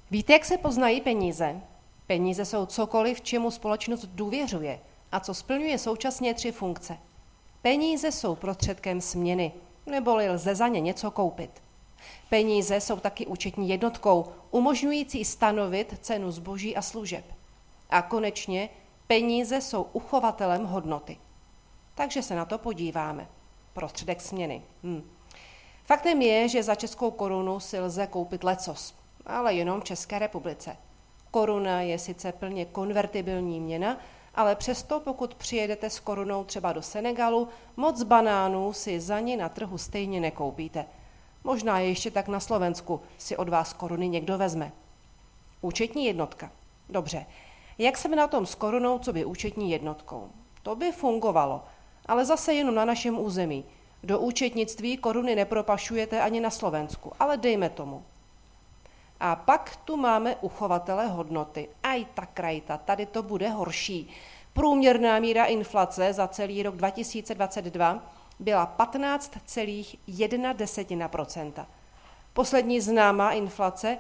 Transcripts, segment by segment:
Víte, jak se poznají peníze? Peníze jsou cokoliv, čemu společnost důvěřuje a co splňuje současně 3 funkce. Peníze jsou prostředkem směny, neboli lze za ně něco koupit. Peníze jsou taky účetní jednotkou, umožňující stanovit cenu zboží a služeb. A konečně peníze jsou uchovatelem hodnoty. Takže se na to podíváme. Prostředek směny. Faktem je, že za českou korunu si lze koupit lecos, ale jenom v České republice. Koruna je sice plně konvertibilní měna, ale přesto, pokud přijedete s korunou třeba do Senegalu, moc banánů si za ní na trhu stejně nekoupíte. Možná ještě tak na Slovensku si od vás koruny někdo vezme. Účetní jednotka. Dobře, jak jsme na tom s korunou, co by účetní jednotkou? To by fungovalo, ale zase jenom na našem území. Do účetnictví koruny nepropašujete ani na Slovensku, ale dejme tomu. A pak tu máme uchovatele hodnoty. Aj ta krajta, tady to bude horší. Průměrná míra inflace za celý rok 2022 byla 15,1%. Poslední známá inflace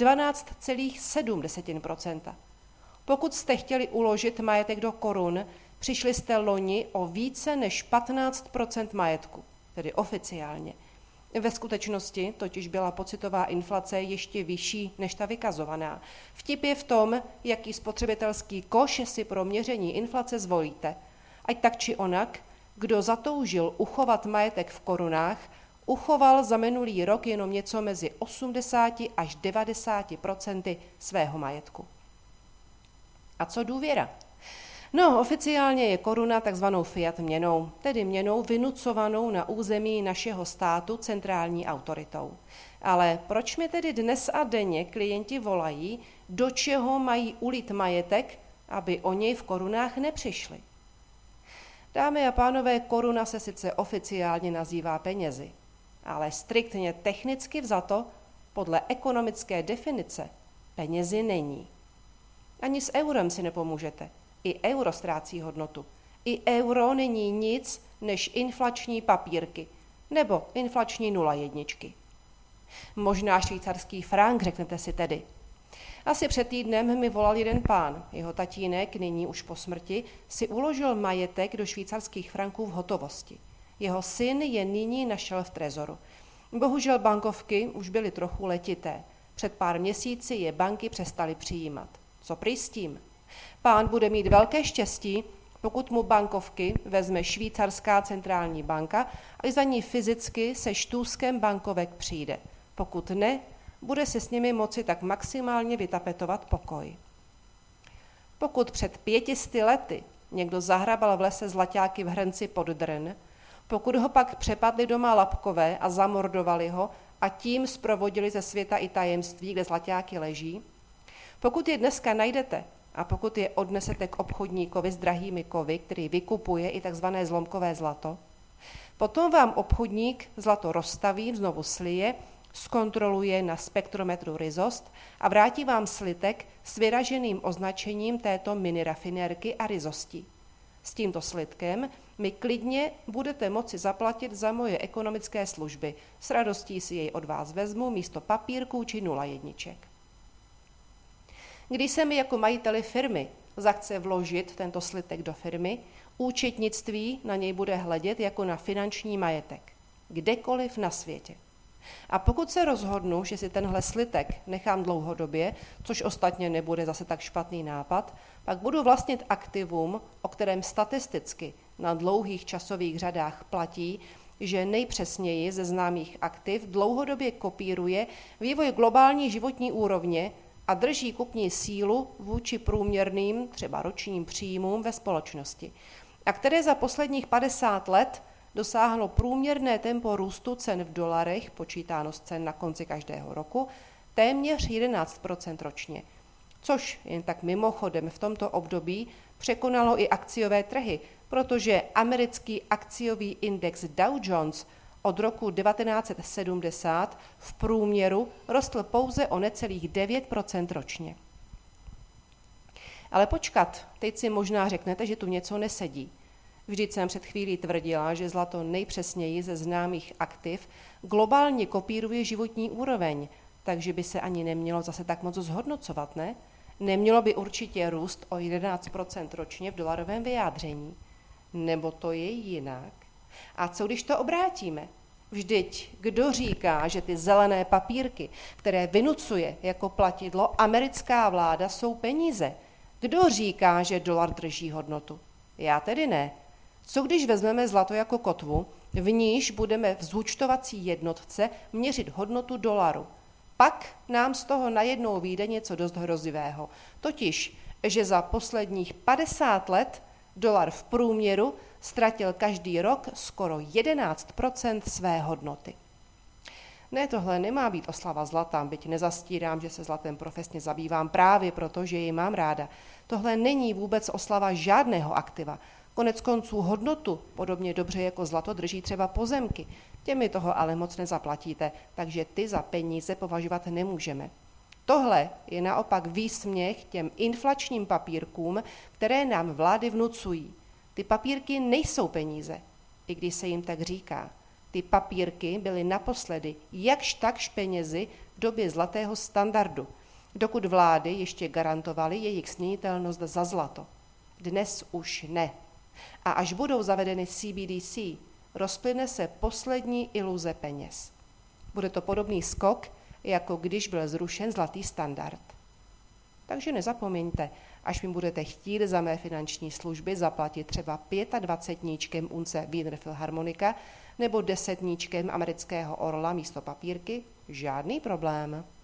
12,7%. Pokud jste chtěli uložit majetek do korun, přišli jste loni o více než 15% majetku, tedy oficiálně. Ve skutečnosti totiž byla pocitová inflace ještě vyšší než ta vykazovaná. Vtip je v tom, jaký spotřebitelský koš si pro měření inflace zvolíte. Ať tak či onak, kdo zatoužil uchovat majetek v korunách, uchoval za minulý rok jenom něco mezi 80 až 90% svého majetku. A co důvěra? No, oficiálně je koruna takzvanou fiat měnou, tedy měnou vynucovanou na území našeho státu centrální autoritou. Ale proč mi tedy dnes a denně klienti volají, do čeho mají ulít majetek, aby o něj v korunách nepřišli? Dámy a pánové, koruna se sice oficiálně nazývá penězi, ale striktně technicky vzato, podle ekonomické definice, penězi není. Ani s eurem si nepomůžete. I euro ztrácí hodnotu. I euro není nic než inflační papírky nebo inflační 0,1. Možná švýcarský frank, řeknete si tedy. Asi před týdnem mi volal jeden pán. Jeho tatínek, nyní už po smrti, si uložil majetek do švýcarských franků v hotovosti. Jeho syn je nyní našel v trezoru. Bohužel bankovky už byly trochu letité. Před pár měsíci je banky přestaly přijímat. Co prý s tím? Pán bude mít velké štěstí, pokud mu bankovky vezme švýcarská centrální banka a za ní fyzicky se štůzkem bankovek přijde. Pokud ne, bude se s nimi moci tak maximálně vytapetovat pokoj. Pokud před 500 lety někdo zahrabal v lese zlaťáky v hrnci pod drn, pokud ho pak přepadli doma lapkové a zamordovali ho a tím zprovodili ze světa i tajemství, kde zlaťáky leží, pokud je dneska najdete a pokud je odnesete k obchodníkovi s drahými kovy, který vykupuje i tzv. Zlomkové zlato, potom vám obchodník zlato rozstaví, znovu slije, zkontroluje na spektrometru ryzost a vrátí vám slitek s vyraženým označením této minirafinérky a ryzosti. S tímto slitkem mi klidně budete moci zaplatit za moje ekonomické služby. S radostí si jej od vás vezmu místo papírků či 0,1. Když se mi jako majiteli firmy zachce vložit tento slitek do firmy, účetnictví na něj bude hledět jako na finanční majetek, kdekoliv na světě. A pokud se rozhodnu, že si tenhle slitek nechám dlouhodobě, což ostatně nebude zase tak špatný nápad, pak budu vlastnit aktivum, o kterém statisticky na dlouhých časových řadách platí, že nejpřesněji ze známých aktiv dlouhodobě kopíruje vývoj globální životní úrovně a drží kupní sílu vůči průměrným, třeba ročním příjmům ve společnosti, a které za posledních 50 let dosáhlo průměrné tempo růstu cen v dolarech, počítáno z cen na konci každého roku, téměř 11% ročně. Což jen tak mimochodem v tomto období překonalo i akciové trhy, protože americký akciový index Dow Jones od roku 1970 v průměru rostl pouze o necelých 9% ročně. Ale počkat, teď si možná řeknete, že tu něco nesedí. Vždyť jsem před chvílí tvrdila, že zlato nejpřesněji ze známých aktiv globálně kopíruje životní úroveň, takže by se ani nemělo zase tak moc zhodnocovat, ne? Nemělo by určitě růst o 11% ročně v dolarovém vyjádření. Nebo to je jinak? A co když to obrátíme? Vždyť kdo říká, že ty zelené papírky, které vynucuje jako platidlo americká vláda, jsou peníze? Kdo říká, že dolar drží hodnotu? Já tedy ne. Co když vezmeme zlato jako kotvu, v níž budeme v zúčtovací jednotce měřit hodnotu dolaru? Pak nám z toho najednou vyjde něco dost hrozivého. Totiž, že za posledních 50 let dolar v průměru ztratil každý rok skoro 11% své hodnoty. Ne, tohle nemá být oslava zlata, byť nezastírám, že se zlatem profesně zabývám právě proto, že ji mám ráda. Tohle není vůbec oslava žádného aktiva. Konec konců hodnotu, podobně dobře jako zlato, drží třeba pozemky. Těmi toho ale moc nezaplatíte, takže ty za peníze považovat nemůžeme. Tohle je naopak výsměch těm inflačním papírkům, které nám vlády vnucují. Ty papírky nejsou peníze, i když se jim tak říká. Ty papírky byly naposledy jakž takž penězi v době zlatého standardu, dokud vlády ještě garantovaly jejich směnitelnost za zlato. Dnes už ne. A až budou zavedeny CBDC, rozplyne se poslední iluze peněz. Bude to podobný skok, jako když byl zrušen zlatý standard. Takže nezapomeňte, až mi budete chtít za mé finanční služby zaplatit třeba 25 unce Wiener Philharmonika nebo 10 amerického orla místo papírky, žádný problém.